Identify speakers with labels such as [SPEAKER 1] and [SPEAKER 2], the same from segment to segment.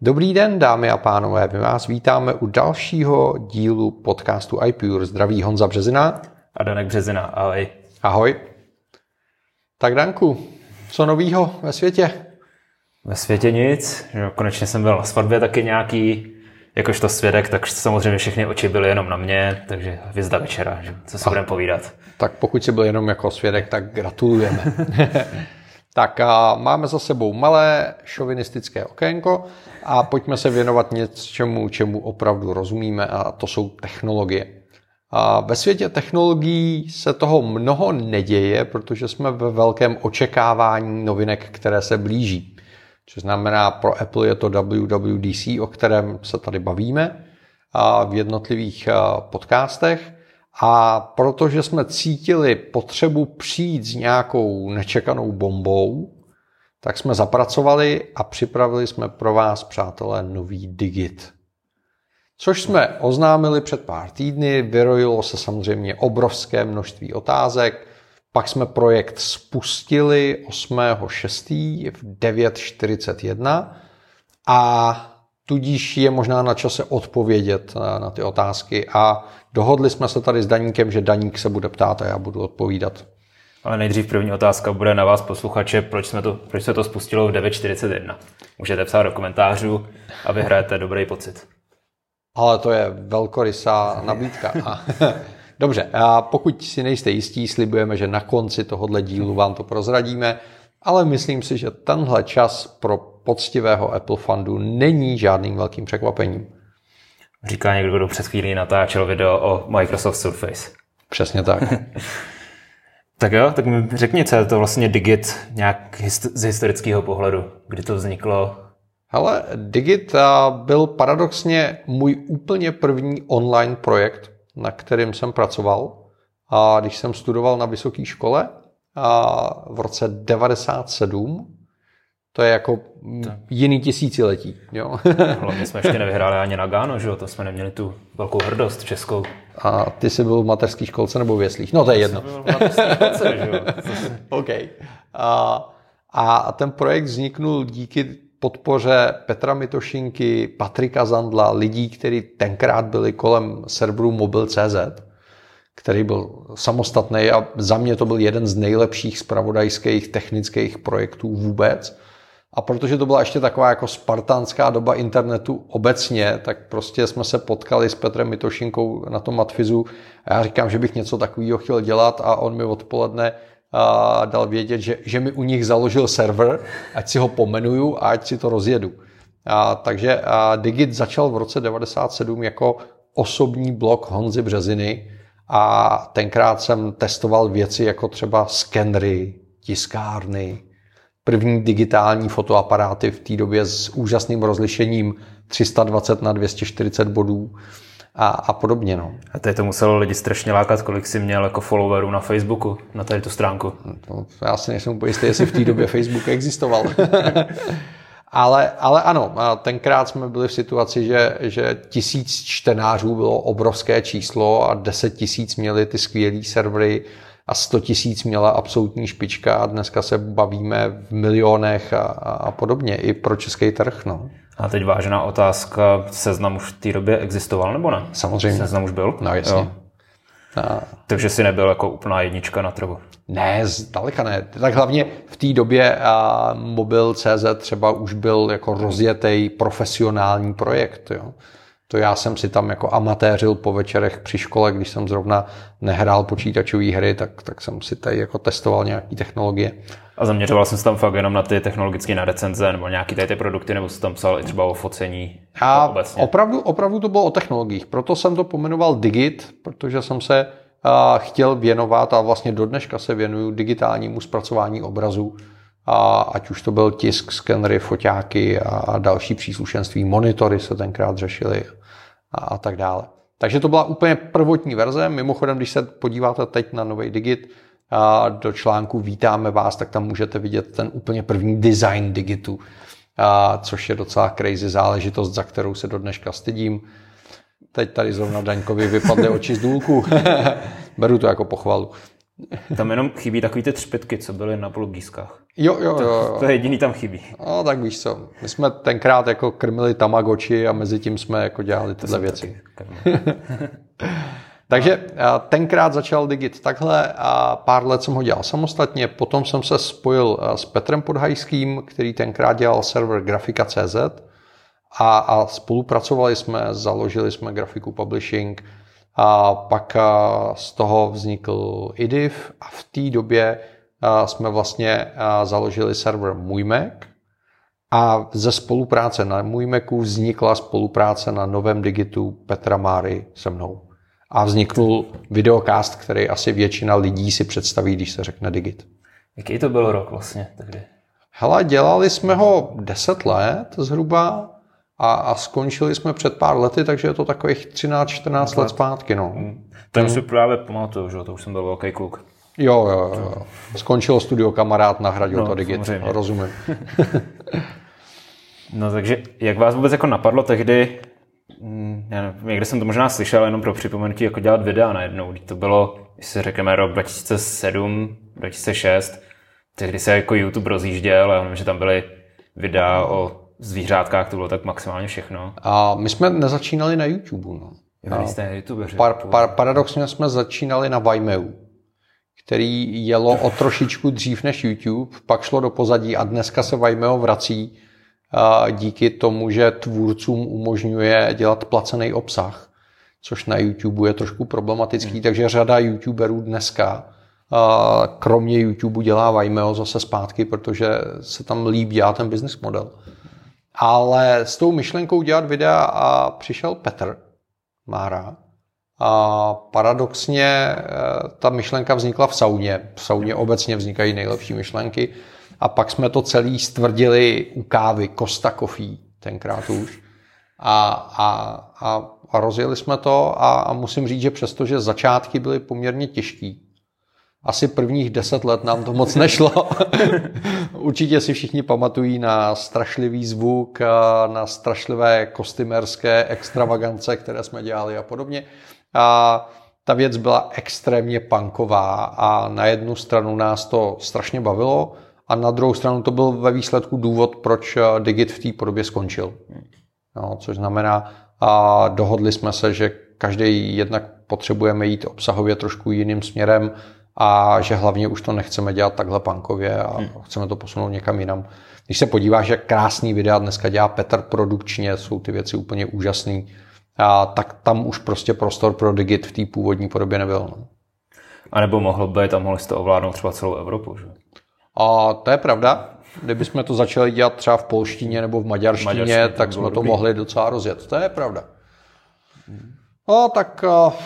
[SPEAKER 1] Dobrý den, dámy a pánové, my vás vítáme u dalšího dílu podcastu iPure. Zdraví Honza Březina.
[SPEAKER 2] A Danek Březina, ahoj.
[SPEAKER 1] Ahoj. Tak Danku, co novýho ve světě?
[SPEAKER 2] Ve světě nic, konečně jsem byl na svatbě taky nějaký, jakožto svědek, tak samozřejmě všechny oči byly jenom na mě, takže hvězda večera, že? Co si budeme povídat.
[SPEAKER 1] Tak pokud jsi byl jenom jako svědek, tak gratulujeme. Tak a máme za sebou malé šovinistické okénko a pojďme se věnovat něčemu, čemu opravdu rozumíme, a to jsou technologie. A ve světě technologií se toho mnoho neděje, protože jsme ve velkém očekávání novinek, které se blíží. Což znamená, pro Apple je to WWDC, o kterém se tady bavíme v jednotlivých podcastech. A protože jsme cítili potřebu přijít s nějakou nečekanou bombou, tak jsme zapracovali a připravili jsme pro vás, přátelé, nový Digit. Což jsme oznámili před pár týdny, vyrojilo se samozřejmě obrovské množství otázek, pak jsme projekt spustili 8.6. v 9:41 a tudíž je možná na čase odpovědět na ty otázky a dohodli jsme se tady s Daníkem, že Daník se bude ptát a já budu odpovídat.
[SPEAKER 2] Ale nejdřív první otázka bude na vás, posluchače, proč se to spustilo v 9:41. Můžete psát do komentářů a vyhrajete dobrý pocit.
[SPEAKER 1] Ale to je velkorysá nabídka. Dobře, a pokud si nejste jistí, slibujeme, že na konci tohohle dílu vám to prozradíme, ale myslím si, že tenhle čas pro poctivého Apple fandu není žádným velkým překvapením.
[SPEAKER 2] Říká někdo, kdo před chvílí natáčel video o Microsoft Surface.
[SPEAKER 1] Přesně tak.
[SPEAKER 2] Tak jo, tak mi řekni, co je to vlastně Digit nějak z historického pohledu. Kdy to vzniklo?
[SPEAKER 1] Hele, Digit byl paradoxně můj úplně první online projekt, na kterým jsem pracoval. A když jsem studoval na vysoké škole v roce 97, to je jako jiný tisíciletí. Jo?
[SPEAKER 2] Hlavně jsme ještě nevyhráli ani Nagano, že jo? To jsme neměli tu velkou hrdost českou.
[SPEAKER 1] A ty jsi byl v mateřské školce nebo v jeslích? No to je jedno.
[SPEAKER 2] Byl v mateřské školce, že jo?
[SPEAKER 1] OK. A ten projekt vzniknul díky podpoře Petra Mitošinky, Patrika Zandla, lidí, kteří tenkrát byli kolem serveru mobil.cz, který byl samostatný a za mě to byl jeden z nejlepších zpravodajských technických projektů vůbec. A protože to byla ještě taková jako spartánská doba internetu obecně, tak prostě jsme se potkali s Petrem Mitošinkou na tom Matfizu a já říkám, že bych něco takového chtěl dělat a on mi odpoledne dal vědět, že mi u nich založil server, ať si ho pomenuju a ať si to rozjedu. Takže Digit začal v roce 97 jako osobní blog Honzy Březiny a tenkrát jsem testoval věci jako třeba skenery, tiskárny, první digitální fotoaparáty v té době s úžasným rozlišením 320 na 240 bodů a podobně. No.
[SPEAKER 2] A teď to muselo lidi strašně lákat, kolik jsi měl jako followerů na Facebooku, na tady tu stránku.
[SPEAKER 1] No, já si nejsem úplně jistý, jestli v té době Facebook existoval. ale ano, tenkrát jsme byli v situaci, že 1000 čtenářů bylo obrovské číslo a 10 000 měli ty skvělý servery a 100 000 měla absolutní špička a dneska se bavíme v milionech a podobně i pro český trh. No.
[SPEAKER 2] A teď vážená otázka, Seznam už v té době existoval nebo ne?
[SPEAKER 1] Samozřejmě.
[SPEAKER 2] Seznam už byl?
[SPEAKER 1] No jasně.
[SPEAKER 2] Takže jsi nebyl jako úplná jednička na trhu?
[SPEAKER 1] Ne, zdaleka ne. Tak hlavně v té době mobil.cz třeba už byl jako rozjetý profesionální projekt. Jo. To já jsem si tam jako amatéřil po večerech při škole, když jsem zrovna nehrál počítačové hry, tak jsem si tady jako testoval nějaké technologie.
[SPEAKER 2] A zaměřoval jsem se tam fakt jenom na ty technologické na recenze nebo nějaké tady ty produkty, nebo jsi tam psal i třeba o focení?
[SPEAKER 1] A opravdu to bylo o technologiích. Proto jsem to pomenoval Digit, protože jsem se chtěl věnovat a vlastně do dneška se věnuju digitálnímu zpracování obrazu. Ať už to byl tisk, skenery, foťáky a další příslušenství, monitory se tenkrát řešily a tak dále. Takže to byla úplně prvotní verze. Mimochodem, když se podíváte teď na nový Digit, do článku Vítáme vás, tak tam můžete vidět ten úplně první design Digitu, což je docela crazy záležitost, za kterou se do dneška stydím. Teď tady zrovna Daňkovi vypadly oči z důlku. Beru to jako pochvalu.
[SPEAKER 2] Tam jenom chybí takový ty třpytky, co byly na blogískách.
[SPEAKER 1] Jo.
[SPEAKER 2] To je jediný tam chybí.
[SPEAKER 1] No, tak víš co, my jsme tenkrát jako krmili Tamagotchi a mezi tím jsme jako dělali tyhle věci. Takže tenkrát začal Digit takhle a pár let jsem ho dělal samostatně, potom jsem se spojil s Petrem Podhajským, který tenkrát dělal server Grafika.cz a spolupracovali jsme, založili jsme Grafiku Publishing a pak z toho vznikl iDiv a v té době jsme vlastně založili server Můj Mac a ze spolupráce na Můj Macu vznikla spolupráce na novém Digitu Petra Máry se mnou. A vznikl videocast, který asi většina lidí si představí, když se řekne Digit.
[SPEAKER 2] Jaký to byl rok vlastně tehdy?
[SPEAKER 1] Hele, dělali jsme ho 10 let zhruba a skončili jsme před pár lety, takže je to takových 13-14 let zpátky. No.
[SPEAKER 2] Ten si právě pamatuju, že to už jsem byl velký kluk.
[SPEAKER 1] Jo. Skončilo studio Kamarád, nahradil to Digit.
[SPEAKER 2] Samozřejmě.
[SPEAKER 1] Rozumím.
[SPEAKER 2] No takže, jak vás vůbec jako napadlo tehdy, já nevím, někde jsem to možná slyšel, jenom pro připomenutí, jako dělat videa najednou. To bylo, když si řekneme, rok 2007, 2006, tehdy se jako YouTube rozjížděl a já vím, že tam byly videa o zvířátkách, to bylo tak maximálně všechno.
[SPEAKER 1] A my jsme nezačínali na YouTube. No. Paradoxně jsme začínali na Vimeo, který jelo o trošičku dřív než YouTube, pak šlo do pozadí a dneska se Vimeo vrací díky tomu, že tvůrcům umožňuje dělat placený obsah, což na YouTube je trošku problematický, takže řada YouTuberů dneska kromě YouTube dělá Vimeo zase zpátky, protože se tam líp dělá ten business model. Ale s tou myšlenkou dělat videa přišel Petr Mára. A paradoxně ta myšlenka vznikla v sauně. V sauně obecně vznikají nejlepší myšlenky. A pak jsme to celý stvrdili u kávy, Costa Coffee, tenkrát už. A rozjeli jsme to a musím říct, že přestože začátky byly poměrně těžký, asi prvních 10 let nám to moc nešlo. Určitě si všichni pamatují na strašlivý zvuk, na strašlivé kostýmerské extravagance, které jsme dělali a podobně. A ta věc byla extrémně punková a na jednu stranu nás to strašně bavilo a na druhou stranu to byl ve výsledku důvod, proč Digit v té podobě skončil. No, což znamená, dohodli jsme se, že každý jednak potřebujeme jít obsahově trošku jiným směrem a že hlavně už to nechceme dělat takhle punkově a chceme to posunout někam jinam. Když se podíváš, jak krásný videa dneska dělá Petr produkčně, jsou ty věci úplně úžasný, tak tam už prostě prostor pro Digit v té původní podobě nebyl. No.
[SPEAKER 2] A nebo mohlo být a mohli jste ovládnout třeba celou Evropu, že?
[SPEAKER 1] A to je pravda. Kdybychom to začali dělat třeba v polštině nebo v maďarštině, tak jsme to mohli docela rozjet. To je pravda. No tak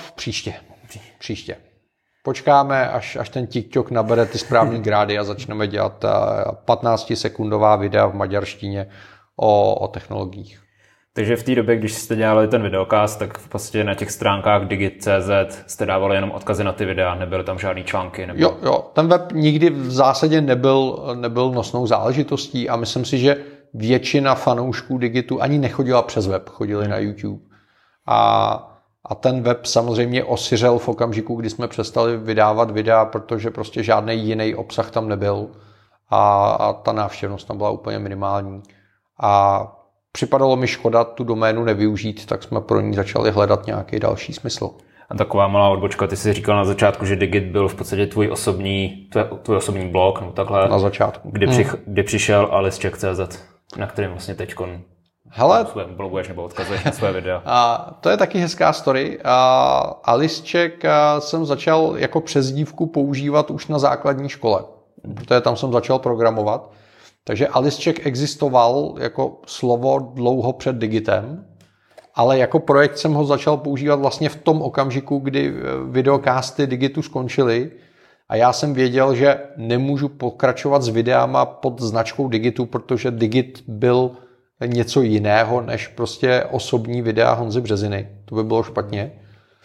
[SPEAKER 1] příště. Počkáme, až ten TikTok nabere ty správný grády a začneme dělat 15-sekundová videa v maďarštině o technologiích.
[SPEAKER 2] Takže v té době, když jste dělali ten videokast, tak v podstatě na těch stránkách digit.cz jste dávali jenom odkazy na ty videa, nebyly tam žádný články? Nebo...
[SPEAKER 1] Jo, ten web nikdy v zásadě nebyl nosnou záležitostí a myslím si, že většina fanoušků Digitu ani nechodila přes web, chodili na YouTube. A ten web samozřejmě osiřel v okamžiku, kdy jsme přestali vydávat videa, protože prostě žádný jiný obsah tam nebyl a ta návštěvnost tam byla úplně minimální. A připadalo mi škoda tu doménu nevyužít, tak jsme pro ní začali hledat nějaký další smysl.
[SPEAKER 2] A taková malá odbočka, ty jsi říkal na začátku, že Digit byl v podstatě tvůj osobní blog, no takhle.
[SPEAKER 1] Na začátku.
[SPEAKER 2] Kdy přišel Alisček.cz, na kterém vlastně teďkon bloguješ nebo odkazuješ na své videa.
[SPEAKER 1] A to je taky hezká story. Alisček jsem začal jako přezdívku používat už na základní škole, protože tam jsem začal programovat. Takže Alisček existoval jako slovo dlouho před Digitem, ale jako projekt jsem ho začal používat vlastně v tom okamžiku, kdy videokásty Digitu skončily a já jsem věděl, že nemůžu pokračovat s videama pod značkou Digitu, protože Digit byl něco jiného než prostě osobní videa Honzy Březiny. To by bylo špatně.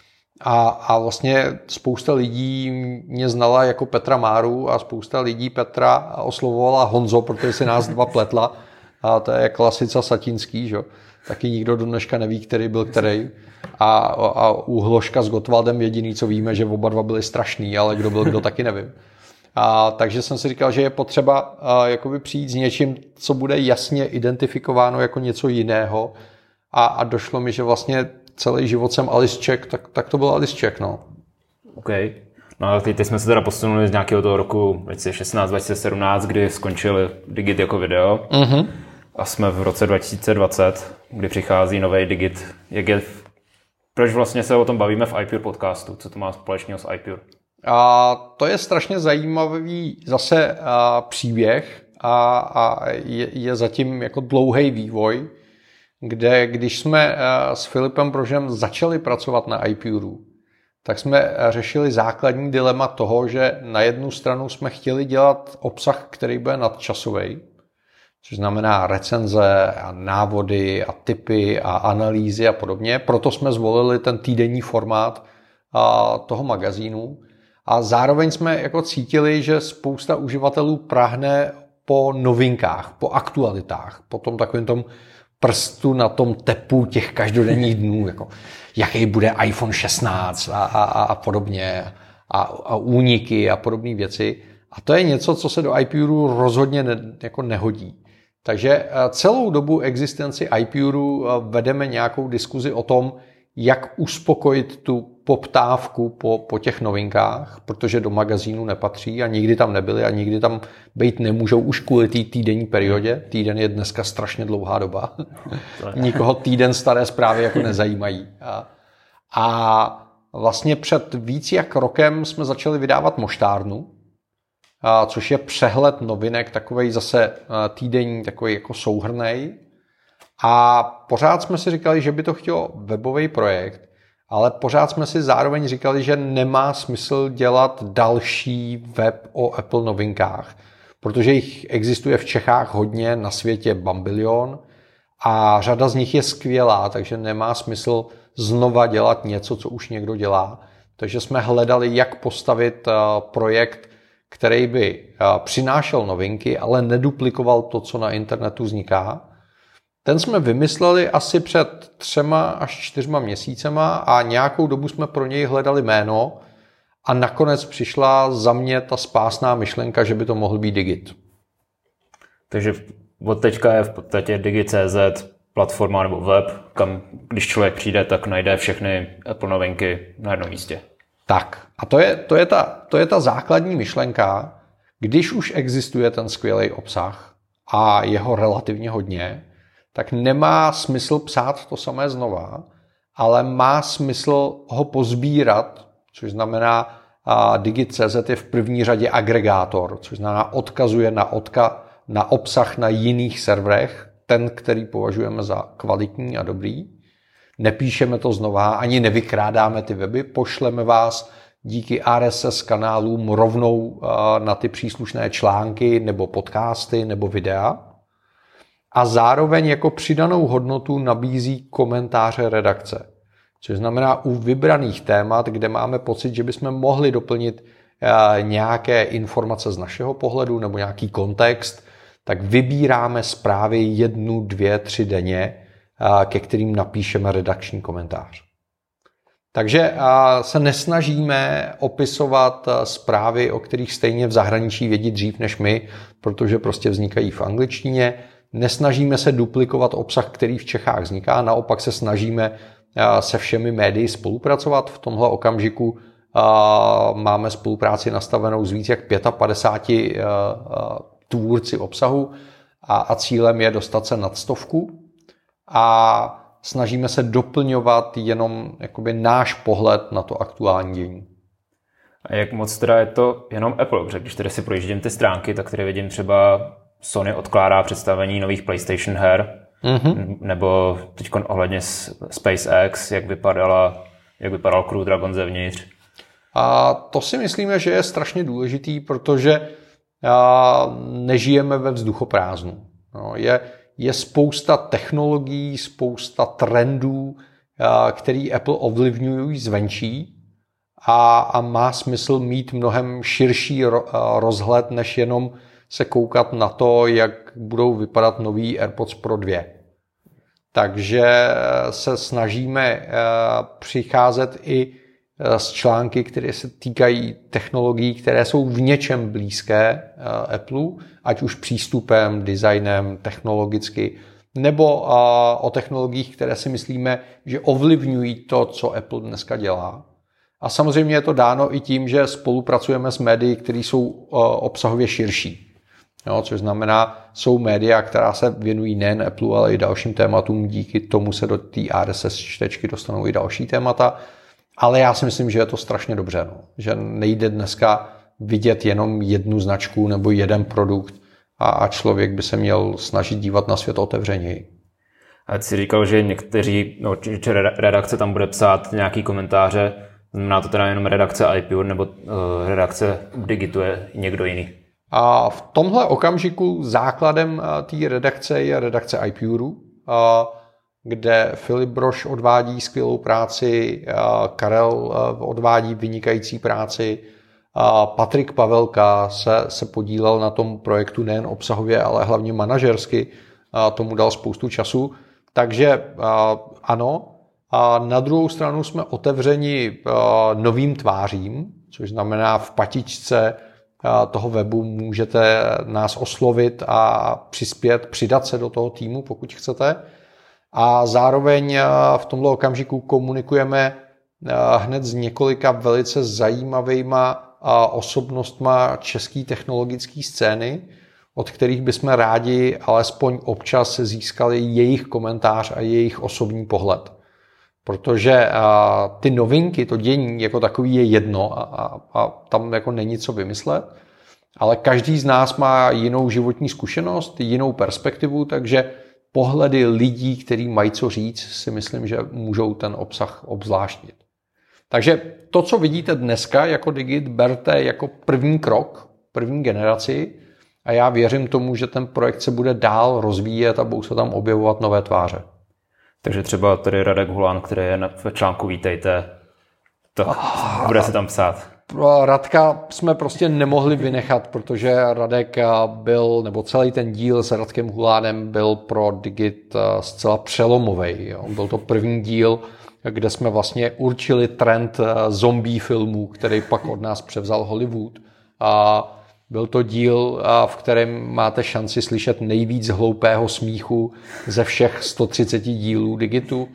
[SPEAKER 1] A vlastně spousta lidí mě znala jako Petra Máru a spousta lidí Petra oslovovala Honzo, protože si nás dva pletla. A to je klasica Satinský, že? Taky nikdo do dneška neví, který byl který. A u Hloška s Gottwaldem jediný, co víme, že oba dva byli strašný, ale kdo byl kdo, taky nevím. Takže jsem si říkal, že je potřeba jakoby přijít s něčím, co bude jasně identifikováno jako něco jiného. A došlo mi, že vlastně celý život jsem Alice Czech, tak to byl Alice Czech, no.
[SPEAKER 2] OK. No a teď jsme se teda posunuli z nějakého toho roku 2016-2017, kdy skončil Digit jako video. Mm-hmm. A jsme v roce 2020, kdy přichází nový Digit. Proč vlastně se o tom bavíme v iPure podcastu? Co to má společného s iPure?
[SPEAKER 1] To je strašně zajímavý zase příběh a je zatím jako dlouhý vývoj, kde když jsme s Filipem Brožem začali pracovat na iPureu, tak jsme řešili základní dilema toho, že na jednu stranu jsme chtěli dělat obsah, který bude nadčasový, což znamená recenze a návody a tipy a analýzy a podobně. Proto jsme zvolili ten týdenní formát toho magazínu. A zároveň jsme jako cítili, že spousta uživatelů prahne po novinkách, po aktualitách, po tom takovém tom prstu na tom tepu těch každodenních dnů, jako jaký bude iPhone 16 a podobně a úniky a podobné věci. A to je něco, co se do iPureu rozhodně jako nehodí. Takže celou dobu existenci iPureu vedeme nějakou diskuzi o tom, jak uspokojit tu poptávku po těch novinkách, protože do magazínu nepatří a nikdy tam nebyly a nikdy tam být nemůžou už kvůli té týdenní periodě. Týden je dneska strašně dlouhá doba. Nikoho týden staré zprávy jako nezajímají. A vlastně před víc jak rokem jsme začali vydávat Moštárnu, což je přehled novinek, takovej zase týdenní, takový jako souhrnej. A pořád jsme si říkali, že by to chtělo webový projekt, ale pořád jsme si zároveň říkali, že nemá smysl dělat další web o Apple novinkách, protože jich existuje v Čechách hodně, na světě bambilion a řada z nich je skvělá, takže nemá smysl znova dělat něco, co už někdo dělá. Takže jsme hledali, jak postavit projekt, který by přinášel novinky, ale neduplikoval to, co na internetu vzniká. Ten jsme vymysleli asi před 3 až 4 měsícema a nějakou dobu jsme pro něj hledali jméno a nakonec přišla za mě ta spásná myšlenka, že by to mohl být Digit.
[SPEAKER 2] Takže od teďka je v podstatě Digit.cz platforma nebo web, kam když člověk přijde, tak najde všechny Apple novinky na jednom místě.
[SPEAKER 1] Tak a to je ta základní myšlenka, když už existuje ten skvělý obsah a jeho relativně hodně, tak nemá smysl psát to samé znova, ale má smysl ho pozbírat, což znamená Digit.cz je v první řadě agregátor, což znamená odkazuje na obsah na jiných serverech, ten, který považujeme za kvalitní a dobrý. Nepíšeme to znova, ani nevykrádáme ty weby, pošleme vás díky RSS kanálům rovnou na ty příslušné články nebo podcasty nebo videa. A zároveň jako přidanou hodnotu nabízí komentáře redakce. Což znamená u vybraných témat, kde máme pocit, že bychom mohli doplnit nějaké informace z našeho pohledu nebo nějaký kontext, tak vybíráme zprávy 1, 2, 3 denně, ke kterým napíšeme redakční komentář. Takže se nesnažíme opisovat zprávy, o kterých stejně v zahraničí vědí dřív než my, protože prostě vznikají v angličtině. Nesnažíme se duplikovat obsah, který v Čechách vzniká, naopak se snažíme se všemi médii spolupracovat. V tomhle okamžiku máme spolupráci nastavenou s víc jak 55 tvůrci obsahu a cílem je dostat se nad 100 a snažíme se doplňovat jenom jakoby náš pohled na to aktuální dění.
[SPEAKER 2] A jak moc teda je to jenom Apple? Protože když tedy si projíždím ty stránky, tak tady vidím třeba Sony odkládá představení nových PlayStation her, nebo teď ohledně SpaceX, jak vypadal Crew Dragon zevnitř.
[SPEAKER 1] A to si myslíme, že je strašně důležitý, protože nežijeme ve vzduchoprázdnu. No, je spousta technologií, spousta trendů, který Apple ovlivňují zvenčí a má smysl mít mnohem širší rozhled, než jenom se koukat na to, jak budou vypadat nový AirPods Pro 2. Takže se snažíme přicházet i s články, které se týkají technologií, které jsou v něčem blízké Apple, ať už přístupem, designem, technologicky, nebo o technologiích, které si myslíme, že ovlivňují to, co Apple dneska dělá. A samozřejmě je to dáno i tím, že spolupracujeme s médii, které jsou obsahově širší. Jo, což znamená, jsou média, která se věnují nejen Apple, ale i dalším tématům. Díky tomu se do té RSS čtečky dostanou i další témata. Ale já si myslím, že je to strašně dobře. No. Že nejde dneska vidět jenom jednu značku nebo jeden produkt a člověk by se měl snažit dívat na svět otevřeněji.
[SPEAKER 2] A ty jsi říkal, že někteří, redakce tam bude psát nějaký komentáře. Znamená to teda jenom redakce iPure nebo redakce Digitu je někdo jiný?
[SPEAKER 1] A v tomhle okamžiku základem té redakce je redakce iPure, kde Filip Brož odvádí skvělou práci, Karel odvádí vynikající práci, Patrik Pavelka se podílel na tom projektu nejen obsahově, ale hlavně manažersky, tomu dal spoustu času. Takže ano, a na druhou stranu jsme otevřeni novým tvářím, což znamená v patičce toho webu můžete nás oslovit a přidat se do toho týmu, pokud chcete. A zároveň v tomto okamžiku komunikujeme hned s několika velice zajímavýma osobnostma české technologické scény, od kterých bychom rádi alespoň občas získali jejich komentář a jejich osobní pohled. Protože ty novinky, to dění jako takový je jedno a tam jako není co vymyslet, ale každý z nás má jinou životní zkušenost, jinou perspektivu, takže pohledy lidí, kteří mají co říct, si myslím, že můžou ten obsah obzvláštnit. Takže to, co vidíte dneska jako Digit, berte jako první krok, první generaci a já věřím tomu, že ten projekt se bude dál rozvíjet a budou se tam objevovat nové tváře.
[SPEAKER 2] Takže třeba tady Radek Hulán, který je v článku Vítejte, to bude se tam psát.
[SPEAKER 1] Radka jsme prostě nemohli vynechat, protože Radek byl, nebo celý ten díl s Radkem Hulánem byl pro Digit zcela přelomový. Byl to první díl, kde jsme vlastně určili trend zombie filmů, který pak od nás převzal Hollywood. A byl to díl, v kterém máte šanci slyšet nejvíc hloupého smíchu ze všech 130 dílů Digitu.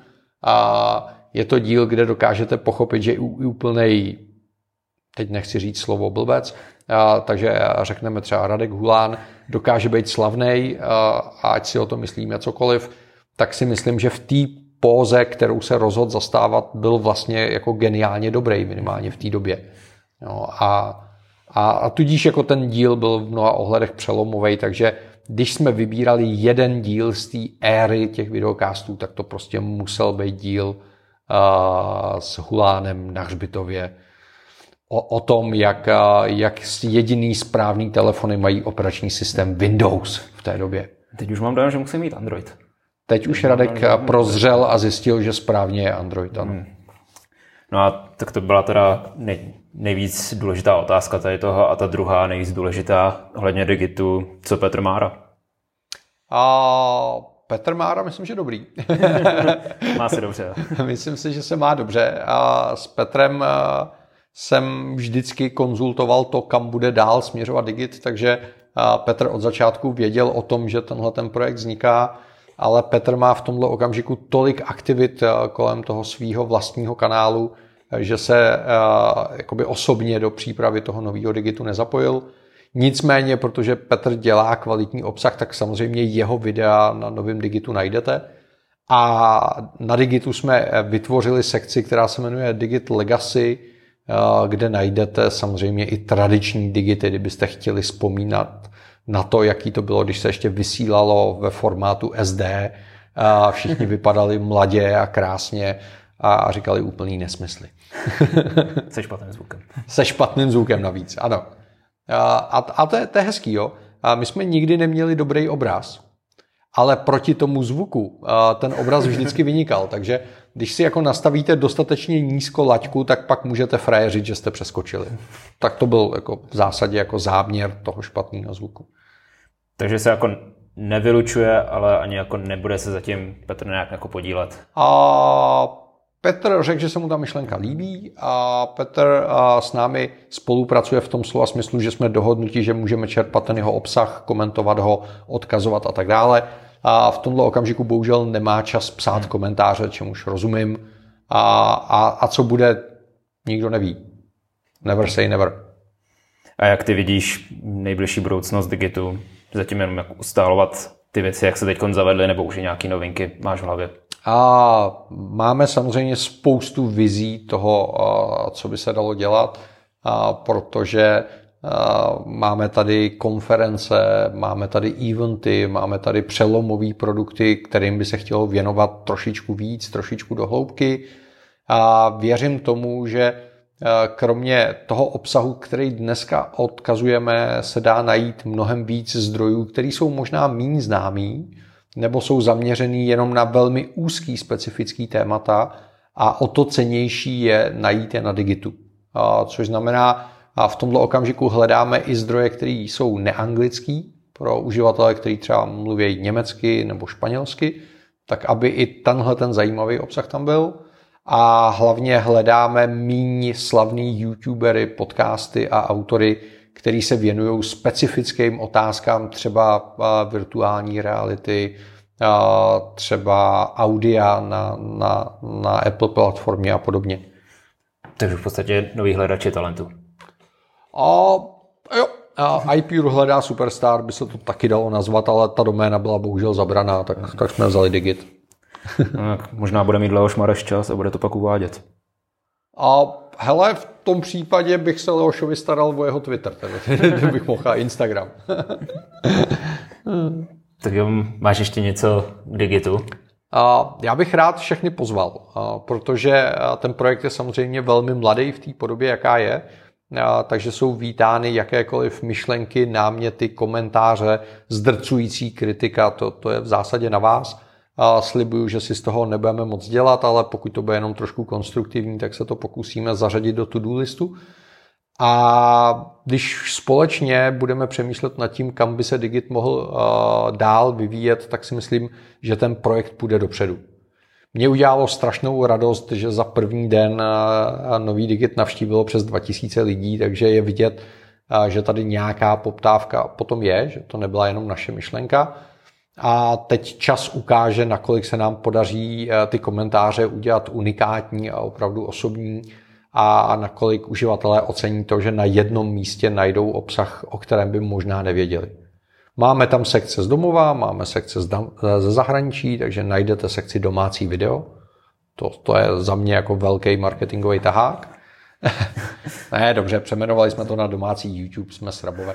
[SPEAKER 1] A je to díl, kde dokážete pochopit, že úplnej, teď nechci říct slovo blbec, takže řekneme třeba Radek Hulán dokáže být slavnej, a ať si o tom myslíme cokoliv, tak si myslím, že v té póze, kterou se rozhodl zastávat, byl vlastně jako geniálně dobrý, minimálně v té době. No, a tudíž jako ten díl byl v mnoha ohledech přelomový, takže když jsme vybírali jeden díl z té éry těch videokastů, tak to prostě musel být díl s Hulánem na hřbitově o tom, jak jediný správný telefony mají operační systém Windows v té době.
[SPEAKER 2] Teď už mám dojem, že musím mít Android.
[SPEAKER 1] Teď už Radek prozřel a zjistil, že správně je Android. Ano.
[SPEAKER 2] No a tak to byla teda nejvíc důležitá otázka tady toho a ta druhá nejvíc důležitá ohledně Digitu. Co Petr Mára?
[SPEAKER 1] Petr Mára myslím, že dobrý.
[SPEAKER 2] Má se dobře.
[SPEAKER 1] Myslím si, že se má dobře. A s Petrem jsem vždycky konzultoval to, kam bude dál směřovat Digit, takže Petr od začátku věděl o tom, že tenhle ten projekt vzniká, ale Petr má v tomhle okamžiku tolik aktivit kolem toho svýho vlastního kanálu, že se jakoby osobně do přípravy toho nového Digitu nezapojil. Nicméně, protože Petr dělá kvalitní obsah, tak samozřejmě jeho videa na novém Digitu najdete. A na Digitu jsme vytvořili sekci, která se jmenuje Digit Legacy, kde najdete samozřejmě i tradiční Digity, kdybyste chtěli vzpomínat na to, jaký to bylo, když se ještě vysílalo ve formátu SD. Všichni vypadali mladě a krásně a říkali úplný nesmysly.
[SPEAKER 2] Se špatným zvukem.
[SPEAKER 1] Se špatným zvukem navíc, ano. A to je hezký, jo. My jsme nikdy neměli dobrý obraz, ale proti tomu zvuku ten obraz vždycky vynikal. Takže když si jako nastavíte dostatečně nízko laťku, tak pak můžete frajeřit, že jste přeskočili. Tak to byl jako v zásadě jako záměr toho špatného zvuku.
[SPEAKER 2] Takže se jako nevylučuje, ale ani jako nebude se zatím Petr nějak jako podílet.
[SPEAKER 1] A Petr řekl, že se mu ta myšlenka líbí a Petr s námi spolupracuje v tom slova smyslu, že jsme dohodnuti, že můžeme čerpat ten jeho obsah, komentovat ho, odkazovat a tak dále. A v tomto okamžiku bohužel nemá čas psát komentáře, čemuž rozumím. A co bude, nikdo neví. Never say never.
[SPEAKER 2] A jak ty vidíš nejbližší budoucnost Digitu? Zatím jenom jako ustálovat ty věci, jak se teď zavedly, nebo už i nějaké novinky máš v hlavě?
[SPEAKER 1] A máme samozřejmě spoustu vizí toho, co by se dalo dělat, protože máme tady konference, máme tady eventy, máme tady přelomové produkty, kterým by se chtělo věnovat trošičku víc, trošičku do hloubky. A věřím tomu, že kromě toho obsahu, který dneska odkazujeme, se dá najít mnohem víc zdrojů, které jsou možná méně známý, nebo jsou zaměřený jenom na velmi úzký specifický témata a o to cennější je najít je na Digitu. Což znamená, v tomto okamžiku hledáme i zdroje, které jsou neanglický pro uživatele, kteří třeba mluví německy nebo španělsky, tak aby i tenhle ten zajímavý obsah tam byl. A hlavně hledáme míň slavný youtubery, podcasty a autory, který se věnují specifickým otázkám třeba virtuální reality, třeba audia na Apple platformě a podobně.
[SPEAKER 2] Takže v podstatě nový hledači talentu.
[SPEAKER 1] Jo, iPure hledá Superstar, by se to taky dalo nazvat, ale ta doména byla bohužel zabraná, tak jsme vzali Digit.
[SPEAKER 2] No, možná bude mít Leoš Mareš čas a bude to pak uvádět.
[SPEAKER 1] Hele, v tom případě bych se Leošovi staral o jeho Twitter, tedy bych mohl a Instagram.
[SPEAKER 2] Tak jo, máš ještě něco k Digitu?
[SPEAKER 1] Já bych rád všechny pozval, protože ten projekt je samozřejmě velmi mladý v té podobě, jaká je, takže jsou vítány jakékoliv myšlenky, náměty, komentáře, zdrcující kritika, to je v zásadě na vás. Slibuju, že si z toho nebudeme moc dělat, ale pokud to bude jenom trošku konstruktivní, tak se to pokusíme zařadit do to-do listu. A když společně budeme přemýšlet nad tím, kam by se Digit mohl dál vyvíjet, tak si myslím, že ten projekt půjde dopředu. Mě udělalo strašnou radost, že za první den nový Digit navštívilo přes 2000 lidí, takže je vidět, že tady nějaká poptávka potom je, že to nebyla jenom naše myšlenka. A teď čas ukáže, nakolik se nám podaří ty komentáře udělat unikátní a opravdu osobní a nakolik uživatelé ocení to, že na jednom místě najdou obsah, o kterém by možná nevěděli. Máme tam sekce z domova, máme sekce ze zahraničí, takže najdete sekci domácí video. To je za mě jako velký marketingový tahák. Ne, dobře, přejmenovali jsme to na domácí YouTube, jsme srabové.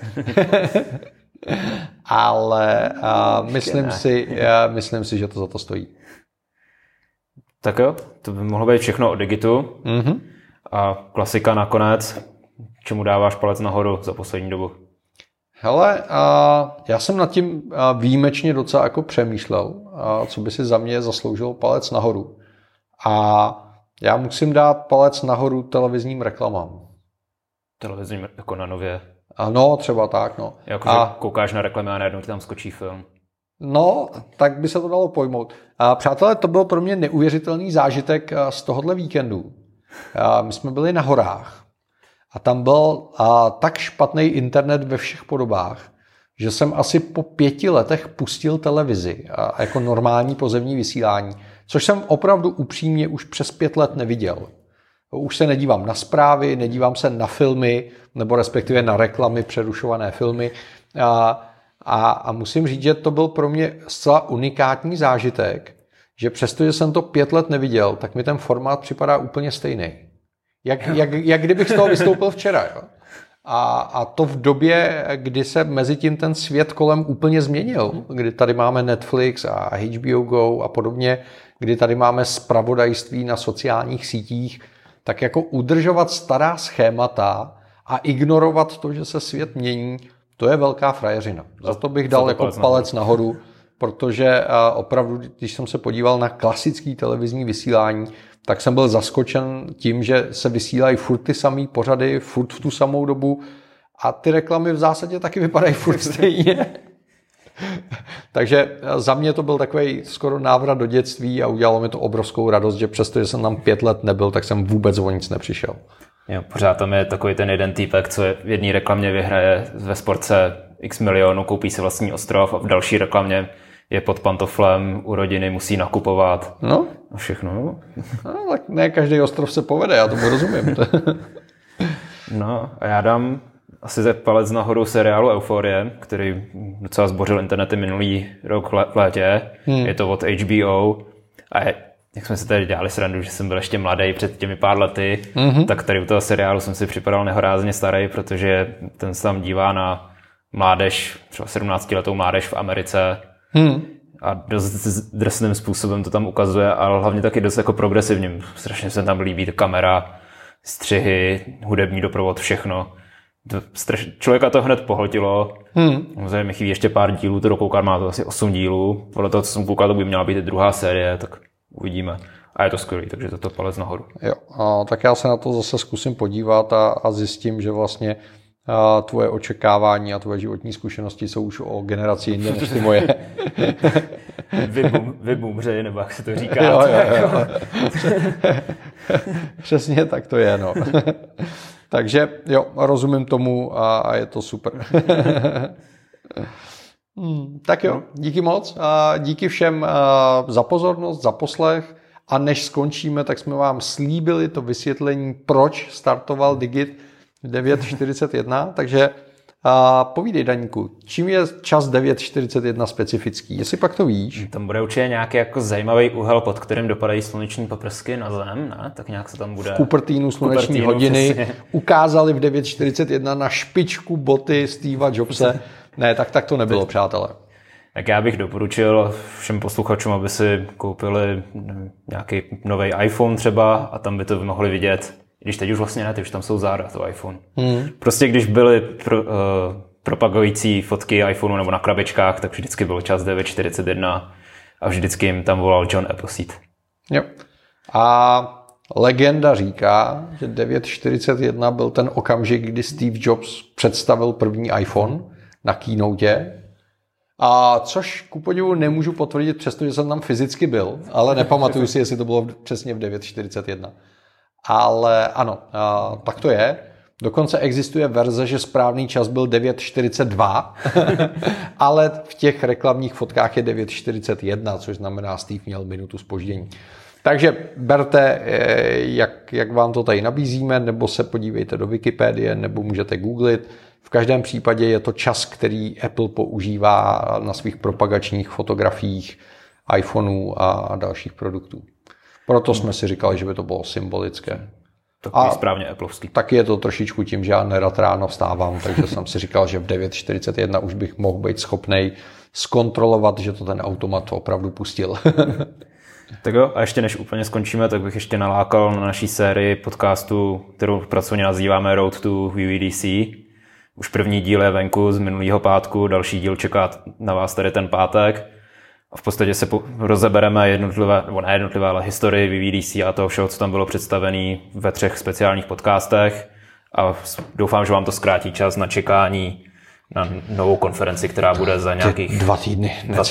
[SPEAKER 1] Ale myslím si, že to za to stojí.
[SPEAKER 2] Tak jo, to by mohlo být všechno o Digitu. Mm-hmm. A klasika nakonec, čemu dáváš palec nahoru za poslední dobu?
[SPEAKER 1] Hele, já jsem nad tím výjimečně docela jako přemýšlel, co by si za mě zasloužilo palec nahoru. A já musím dát palec nahoru televizním reklamám.
[SPEAKER 2] Televizním jako na Nově?
[SPEAKER 1] Ano, třeba tak, no.
[SPEAKER 2] Jakože koukáš na reklamy a najednou ti tam skočí film.
[SPEAKER 1] No, tak by se to dalo pojmout. Přátelé, to byl pro mě neuvěřitelný zážitek z tohohle víkendu. My jsme byli na horách a tam byl tak špatný internet ve všech podobách, že jsem asi po 5 letech pustil televizi jako normální pozemní vysílání, což jsem opravdu upřímně už přes 5 let neviděl. Už se nedívám na zprávy, nedívám se na filmy, nebo respektive na reklamy, přerušované filmy. A musím říct, že to byl pro mě zcela unikátní zážitek, že přestože jsem to 5 let neviděl, tak mi ten formát připadá úplně stejný. Jak kdybych z toho vystoupil včera. Jo? A to v době, kdy se mezi tím ten svět kolem úplně změnil, kdy tady máme Netflix a HBO Go a podobně, kdy tady máme zpravodajství na sociálních sítích, tak jako udržovat stará schémata a ignorovat to, že se svět mění, to je velká frajeřina. Za to bych dal jako palec nahoru, protože opravdu, když jsem se podíval na klasický televizní vysílání, tak jsem byl zaskočen tím, že se vysílají furt ty samý pořady, furt v tu samou dobu a ty reklamy v zásadě taky vypadají furt stejně. Takže za mě to byl takový skoro návrat do dětství a udělalo mi to obrovskou radost, že přesto, že jsem tam 5 let nebyl, tak jsem vůbec o nic nepřišel.
[SPEAKER 2] Jo, pořád tam je takový ten jeden týpek, co v jedné reklamě vyhraje ve sportce x milionů, koupí si vlastní ostrov a v další reklamě je pod pantoflem u rodiny, musí nakupovat.
[SPEAKER 1] No.
[SPEAKER 2] A všechno.
[SPEAKER 1] No, tak ne každý ostrov se povede, já tomu rozumím.
[SPEAKER 2] No a já dám asi ze palec nahoru seriálu Euphorie, který docela zbořil internety minulý rok v létě. Je to od HBO a jak jsme se tady dělali srandu, že jsem byl ještě mladý před těmi pár lety, tak tady u toho seriálu jsem si připadal nehorázně starý, protože ten se tam dívá na mládež, třeba 17letou mládež v Americe a dost drsným způsobem to tam ukazuje, ale hlavně taky dost jako progresivním. Strašně se tam líbí kamera, střihy, hudební doprovod, všechno. Člověka to hned pohltilo. Samozřejmě mi chybí ještě pár dílů, to dokoukat, má to asi 8 dílů. Podle toho, co jsem koukal, to by měla být druhá série, tak uvidíme. A je to skvělý, takže to palec nahoru.
[SPEAKER 1] Jo, tak já se na to zase zkusím podívat a zjistím, že vlastně tvoje očekávání a tvoje životní zkušenosti jsou už o generaci jinde než ty moje.
[SPEAKER 2] Vybumřej, nebo jak se to říká.
[SPEAKER 1] Jo. Přesně tak to je, no. Takže jo, rozumím tomu a je to super. Tak jo, díky moc. Díky všem za pozornost, za poslech. A než skončíme, tak jsme vám slíbili to vysvětlení, proč startoval Digit 9.41. Takže povídej, Daníku, čím je čas 9.41 specifický? Jestli pak to víš?
[SPEAKER 2] Tam bude určitě nějaký jako zajímavý úhel, pod kterým dopadají sluneční paprsky na zem, ne? Tak nějak se tam bude...
[SPEAKER 1] V Cupertinu sluneční hodiny přesně. Ukázali v 9.41 na špičku boty Steva Jobse. Ne, tak to nebylo, přátelé. Tak
[SPEAKER 2] já bych doporučil všem posluchačům, aby si koupili nějaký nový iPhone třeba a tam by to mohli vidět. Když teď už vlastně ne, teď už tam jsou záda toho iPhone. Prostě když byly propagující fotky iPhoneu nebo na krabičkách, tak vždycky byl čas 9.41 a vždycky jim tam volal John Appleseed. Jo. A legenda říká, že 9.41 byl ten okamžik, kdy Steve Jobs představil první iPhone na keynote. A což ku podivu nemůžu potvrdit, přestože jsem tam fyzicky byl, ale nepamatuju si, jestli to bylo přesně v 9.41. Ale ano, tak to je. Dokonce existuje verze, že správný čas byl 9.42, ale v těch reklamních fotkách je 9.41, což znamená, Steve měl minutu zpoždění. Takže berte, jak vám to tady nabízíme, nebo se podívejte do Wikipedie, nebo můžete googlit. V každém případě je to čas, který Apple používá na svých propagačních fotografiích iPhoneů a dalších produktů. Proto jsme si říkali, že by to bylo symbolické. Takový správně applovský.
[SPEAKER 1] Taky je to trošičku tím, že já nerad ráno vstávám, takže jsem si říkal, že v 9.41 už bych mohl být schopnej zkontrolovat, že to ten automat opravdu pustil.
[SPEAKER 2] Tak jo, a ještě než úplně skončíme, tak bych ještě nalákal na naší sérii podcastu, kterou pracovně nazýváme Road to VVDC. Už první díl je venku z minulého pátku, další díl čeká na vás tady ten pátek. A v podstatě se rozebereme jednotlivé, ale historii VVDC a toho všeho, co tam bylo představené ve 3 speciálních podcastech. A doufám, že vám to zkrátí čas na čekání na novou konferenci, která bude za nějakých
[SPEAKER 1] 2 týdny.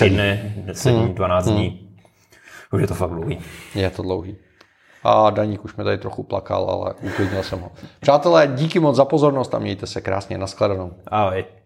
[SPEAKER 2] 12 dní. Už je to fakt dlouhý.
[SPEAKER 1] Je to dlouhý. A Daník už mi tady trochu plakal, ale uklidnil jsem ho. Přátelé, díky moc za pozornost a mějte se krásně. Nashledanou.
[SPEAKER 2] Ahoj.